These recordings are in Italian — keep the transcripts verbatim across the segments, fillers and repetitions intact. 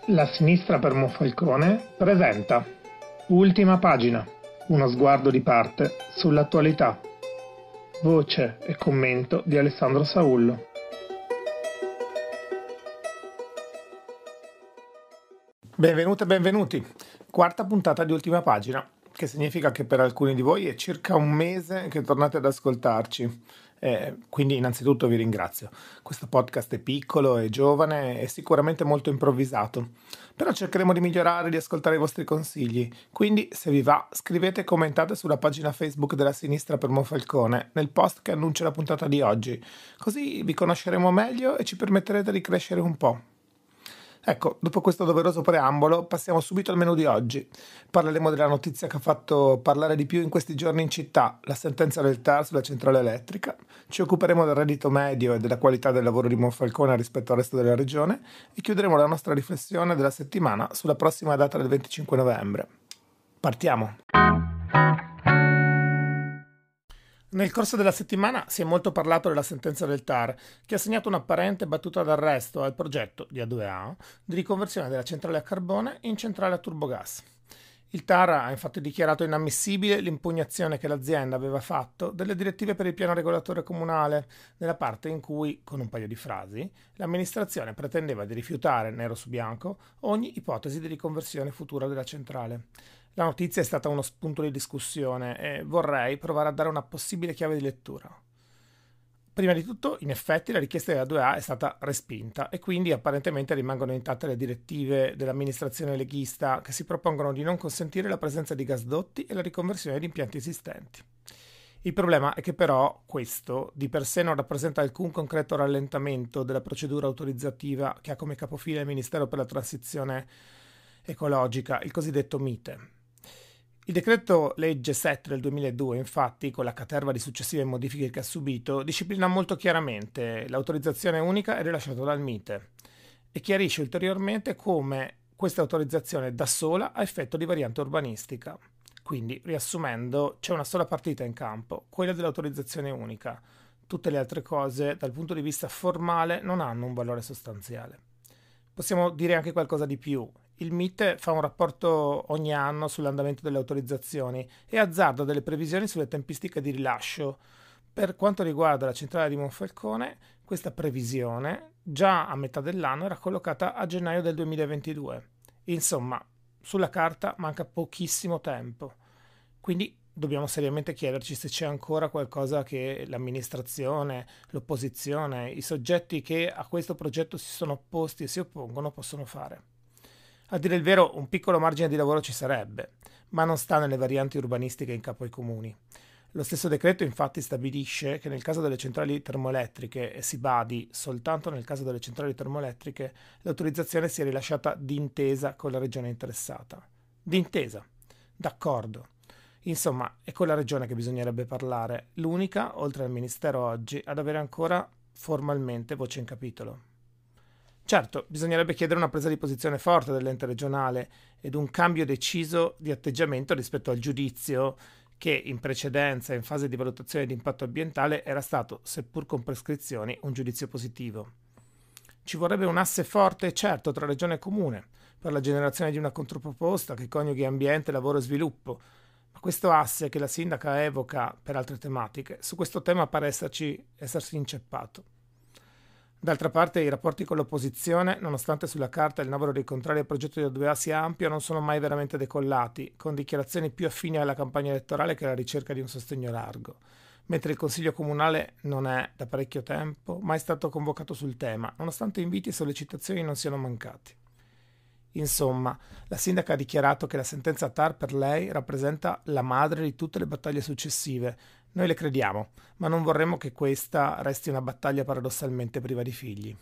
La sinistra per Monfalcone presenta Ultima pagina, uno sguardo di parte sull'attualità. Voce e commento di Alessandro Saullo. Benvenute e benvenuti. Quarta puntata di Ultima pagina, che significa che per alcuni di voi è circa un mese che tornate ad ascoltarci. Eh, quindi innanzitutto vi ringrazio. Questo podcast è piccolo, è giovane e sicuramente molto improvvisato, però cercheremo di migliorare e di ascoltare i vostri consigli, quindi se vi va scrivete e commentate sulla pagina Facebook della Sinistra per Monfalcone nel post che annuncia la puntata di oggi, così vi conosceremo meglio e ci permetterete di crescere un po'. Ecco, dopo questo doveroso preambolo, passiamo subito al menù di oggi. Parleremo della notizia che ha fatto parlare di più in questi giorni in città, la sentenza del T A R sulla centrale elettrica. Ci occuperemo del reddito medio e della qualità del lavoro di Monfalcone rispetto al resto della regione e chiuderemo la nostra riflessione della settimana sulla prossima data del venticinque novembre. Partiamo! Nel corso della settimana si è molto parlato della sentenza del T A R, che ha segnato un'apparente battuta d'arresto al progetto di A due A di riconversione della centrale a carbone in centrale a turbogas. Il T A R ha infatti dichiarato inammissibile l'impugnazione che l'azienda aveva fatto delle direttive per il piano regolatore comunale, nella parte in cui, con un paio di frasi, l'amministrazione pretendeva di rifiutare, nero su bianco, ogni ipotesi di riconversione futura della centrale. La notizia è stata uno spunto di discussione e vorrei provare a dare una possibile chiave di lettura. Prima di tutto, in effetti, la richiesta della A due A è stata respinta e quindi apparentemente rimangono intatte le direttive dell'amministrazione leghista che si propongono di non consentire la presenza di gasdotti e la riconversione di impianti esistenti. Il problema è che però questo di per sé non rappresenta alcun concreto rallentamento della procedura autorizzativa che ha come capofila il Ministero per la Transizione Ecologica, il cosiddetto MITE. Il decreto legge sette del duemiladue, infatti, con la caterva di successive modifiche che ha subito, disciplina molto chiaramente l'autorizzazione unica è rilasciata dal MITE e chiarisce ulteriormente come questa autorizzazione da sola ha effetto di variante urbanistica. Quindi, riassumendo, c'è una sola partita in campo, quella dell'autorizzazione unica. Tutte le altre cose, dal punto di vista formale, non hanno un valore sostanziale. Possiamo dire anche qualcosa di più. Il MITE fa un rapporto ogni anno sull'andamento delle autorizzazioni e azzarda delle previsioni sulle tempistiche di rilascio. Per quanto riguarda la centrale di Monfalcone, questa previsione già a metà dell'anno era collocata a gennaio del duemilaventidue. Insomma, sulla carta manca pochissimo tempo. Quindi dobbiamo seriamente chiederci se c'è ancora qualcosa che l'amministrazione, l'opposizione, i soggetti che a questo progetto si sono opposti e si oppongono possono fare. A dire il vero, un piccolo margine di lavoro ci sarebbe, ma non sta nelle varianti urbanistiche in capo ai comuni. Lo stesso decreto infatti stabilisce che nel caso delle centrali termoelettriche, e si badi soltanto nel caso delle centrali termoelettriche, l'autorizzazione sia rilasciata d'intesa con la regione interessata. D'intesa, d'accordo. Insomma, è con la regione che bisognerebbe parlare, l'unica, oltre al Ministero oggi, ad avere ancora formalmente voce in capitolo. Certo, bisognerebbe chiedere una presa di posizione forte dell'ente regionale ed un cambio deciso di atteggiamento rispetto al giudizio che in precedenza e in fase di valutazione di impatto ambientale era stato, seppur con prescrizioni, un giudizio positivo. Ci vorrebbe un asse forte e certo tra regione e comune per la generazione di una controproposta che coniughi ambiente, lavoro e sviluppo, ma questo asse che la sindaca evoca per altre tematiche, su questo tema pare esserci, essersi inceppato. D'altra parte i rapporti con l'opposizione, nonostante sulla carta il lavoro dei contrari al progetto di A due A sia ampio, non sono mai veramente decollati, con dichiarazioni più affini alla campagna elettorale che alla ricerca di un sostegno largo, mentre il Consiglio Comunale non è, da parecchio tempo, mai stato convocato sul tema, nonostante inviti e sollecitazioni non siano mancati. Insomma, la sindaca ha dichiarato che la sentenza T A R per lei rappresenta la madre di tutte le battaglie successive. Noi le crediamo, ma non vorremmo che questa resti una battaglia paradossalmente priva di figli.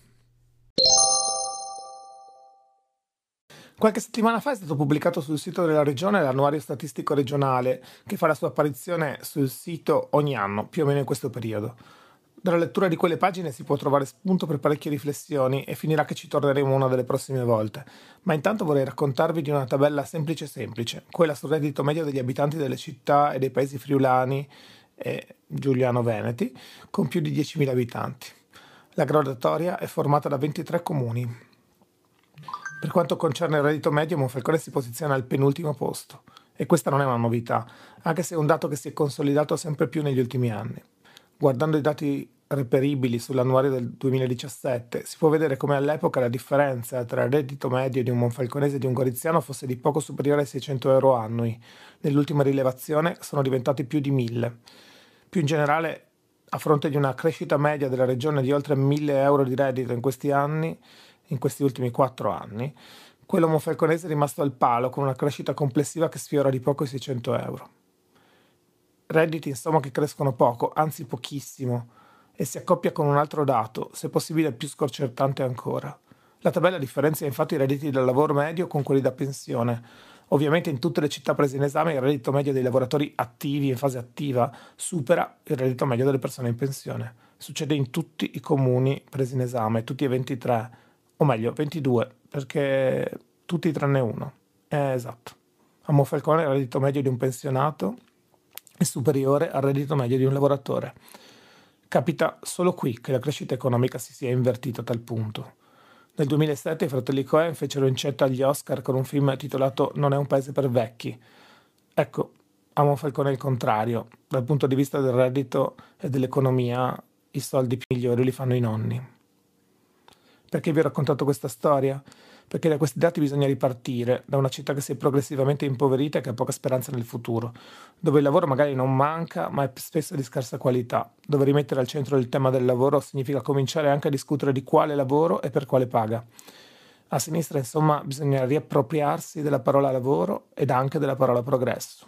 Qualche settimana fa è stato pubblicato sul sito della regione l'annuario statistico regionale, che fa la sua apparizione sul sito ogni anno, più o meno in questo periodo. Dalla lettura di quelle pagine si può trovare spunto per parecchie riflessioni e finirà che ci torneremo una delle prossime volte. Ma intanto vorrei raccontarvi di una tabella semplice semplice, quella sul reddito medio degli abitanti delle città e dei paesi friulani e giuliano-veneti, con più di diecimila abitanti. La graduatoria è formata da ventitré comuni. Per quanto concerne il reddito medio, Monfalcone si posiziona al penultimo posto. E questa non è una novità, anche se è un dato che si è consolidato sempre più negli ultimi anni. Guardando i dati reperibili sull'annuario del duemiladiciassette, si può vedere come all'epoca la differenza tra il reddito medio di un monfalconese e di un goriziano fosse di poco superiore ai seicento euro annui. Nell'ultima rilevazione sono diventati più di mille. Più in generale, a fronte di una crescita media della regione di oltre mille euro di reddito in questi anni, in questi ultimi quattro anni, quello monfalconese è rimasto al palo con una crescita complessiva che sfiora di poco i seicento euro. Redditi insomma che crescono poco, anzi pochissimo, e si accoppia con un altro dato, se possibile più sconcertante ancora. La tabella differenzia infatti i redditi del lavoro medio con quelli da pensione. Ovviamente in tutte le città prese in esame il reddito medio dei lavoratori attivi in fase attiva supera il reddito medio delle persone in pensione. Succede in tutti i comuni presi in esame, tutti e ventitré, o meglio ventidue, perché tutti tranne uno. Eh, esatto. A Monfalcone il reddito medio di un pensionato è superiore al reddito medio di un lavoratore. Capita solo qui che la crescita economica si sia invertita a tal punto. Nel duemilasette i fratelli Coen fecero incetta agli Oscar con un film titolato Non è un paese per vecchi. Ecco, a Monfalcone è il contrario. Dal punto di vista del reddito e dell'economia, i soldi migliori li fanno i nonni. Perché vi ho raccontato questa storia? Perché da questi dati bisogna ripartire, da una città che si è progressivamente impoverita e che ha poca speranza nel futuro, dove il lavoro magari non manca, ma è spesso di scarsa qualità, dove rimettere al centro il tema del lavoro significa cominciare anche a discutere di quale lavoro e per quale paga. A sinistra, insomma, bisogna riappropriarsi della parola lavoro ed anche della parola progresso.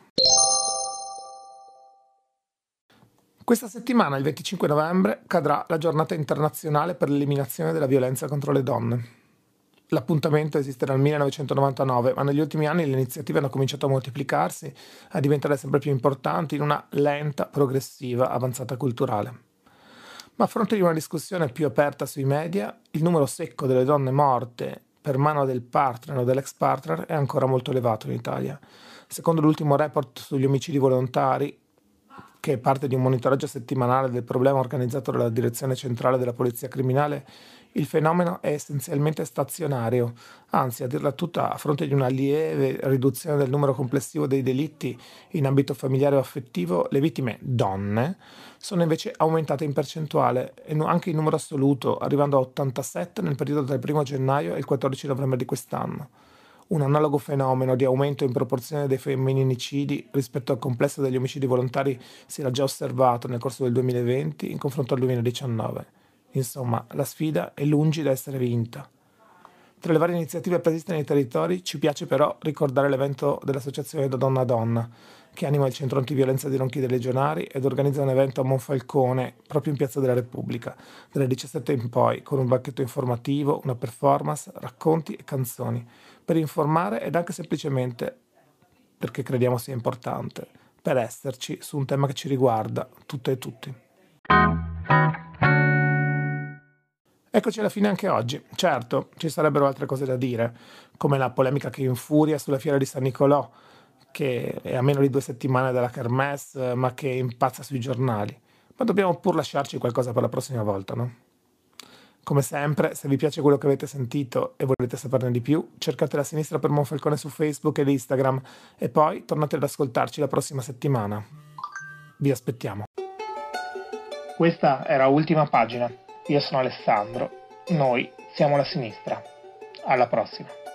Questa settimana, il venticinque novembre, cadrà la giornata internazionale per l'eliminazione della violenza contro le donne. L'appuntamento esiste dal millenovecentonovantanove, ma negli ultimi anni le iniziative hanno cominciato a moltiplicarsi, a diventare sempre più importanti in una lenta, progressiva avanzata culturale. Ma a fronte di una discussione più aperta sui media, il numero secco delle donne morte per mano del partner o dell'ex partner è ancora molto elevato in Italia. Secondo l'ultimo report sugli omicidi volontari, che è parte di un monitoraggio settimanale del problema organizzato dalla Direzione Centrale della Polizia Criminale, il fenomeno è essenzialmente stazionario, anzi, a dirla tutta, a fronte di una lieve riduzione del numero complessivo dei delitti in ambito familiare o affettivo, le vittime donne sono invece aumentate in percentuale e anche in numero assoluto, arrivando a ottantasette nel periodo tra il primo gennaio e il quattordici novembre di quest'anno. Un analogo fenomeno di aumento in proporzione dei femminicidi rispetto al complesso degli omicidi volontari si era già osservato nel corso del duemilaventi in confronto al duemiladiciannove. Insomma, la sfida è lungi da essere vinta. Tra le varie iniziative previste nei territori ci piace però ricordare l'evento dell'associazione Da Donna a Donna, che anima il centro antiviolenza di Ronchi dei Legionari ed organizza un evento a Monfalcone, proprio in Piazza della Repubblica, dalle diciassette in poi, con un banchetto informativo, una performance, racconti e canzoni, per informare ed anche semplicemente, perché crediamo sia importante, per esserci su un tema che ci riguarda, tutte e tutti. Eccoci alla fine anche oggi. Certo, ci sarebbero altre cose da dire, come la polemica che infuria sulla fiera di San Nicolò, che è a meno di due settimane dalla Kermesse, ma che impazza sui giornali. Ma dobbiamo pur lasciarci qualcosa per la prossima volta, no? Come sempre, se vi piace quello che avete sentito e volete saperne di più, cercate la sinistra per Monfalcone su Facebook ed Instagram e poi tornate ad ascoltarci la prossima settimana. Vi aspettiamo. Questa era Ultima Pagina. Io sono Alessandro. Noi siamo la sinistra. Alla prossima.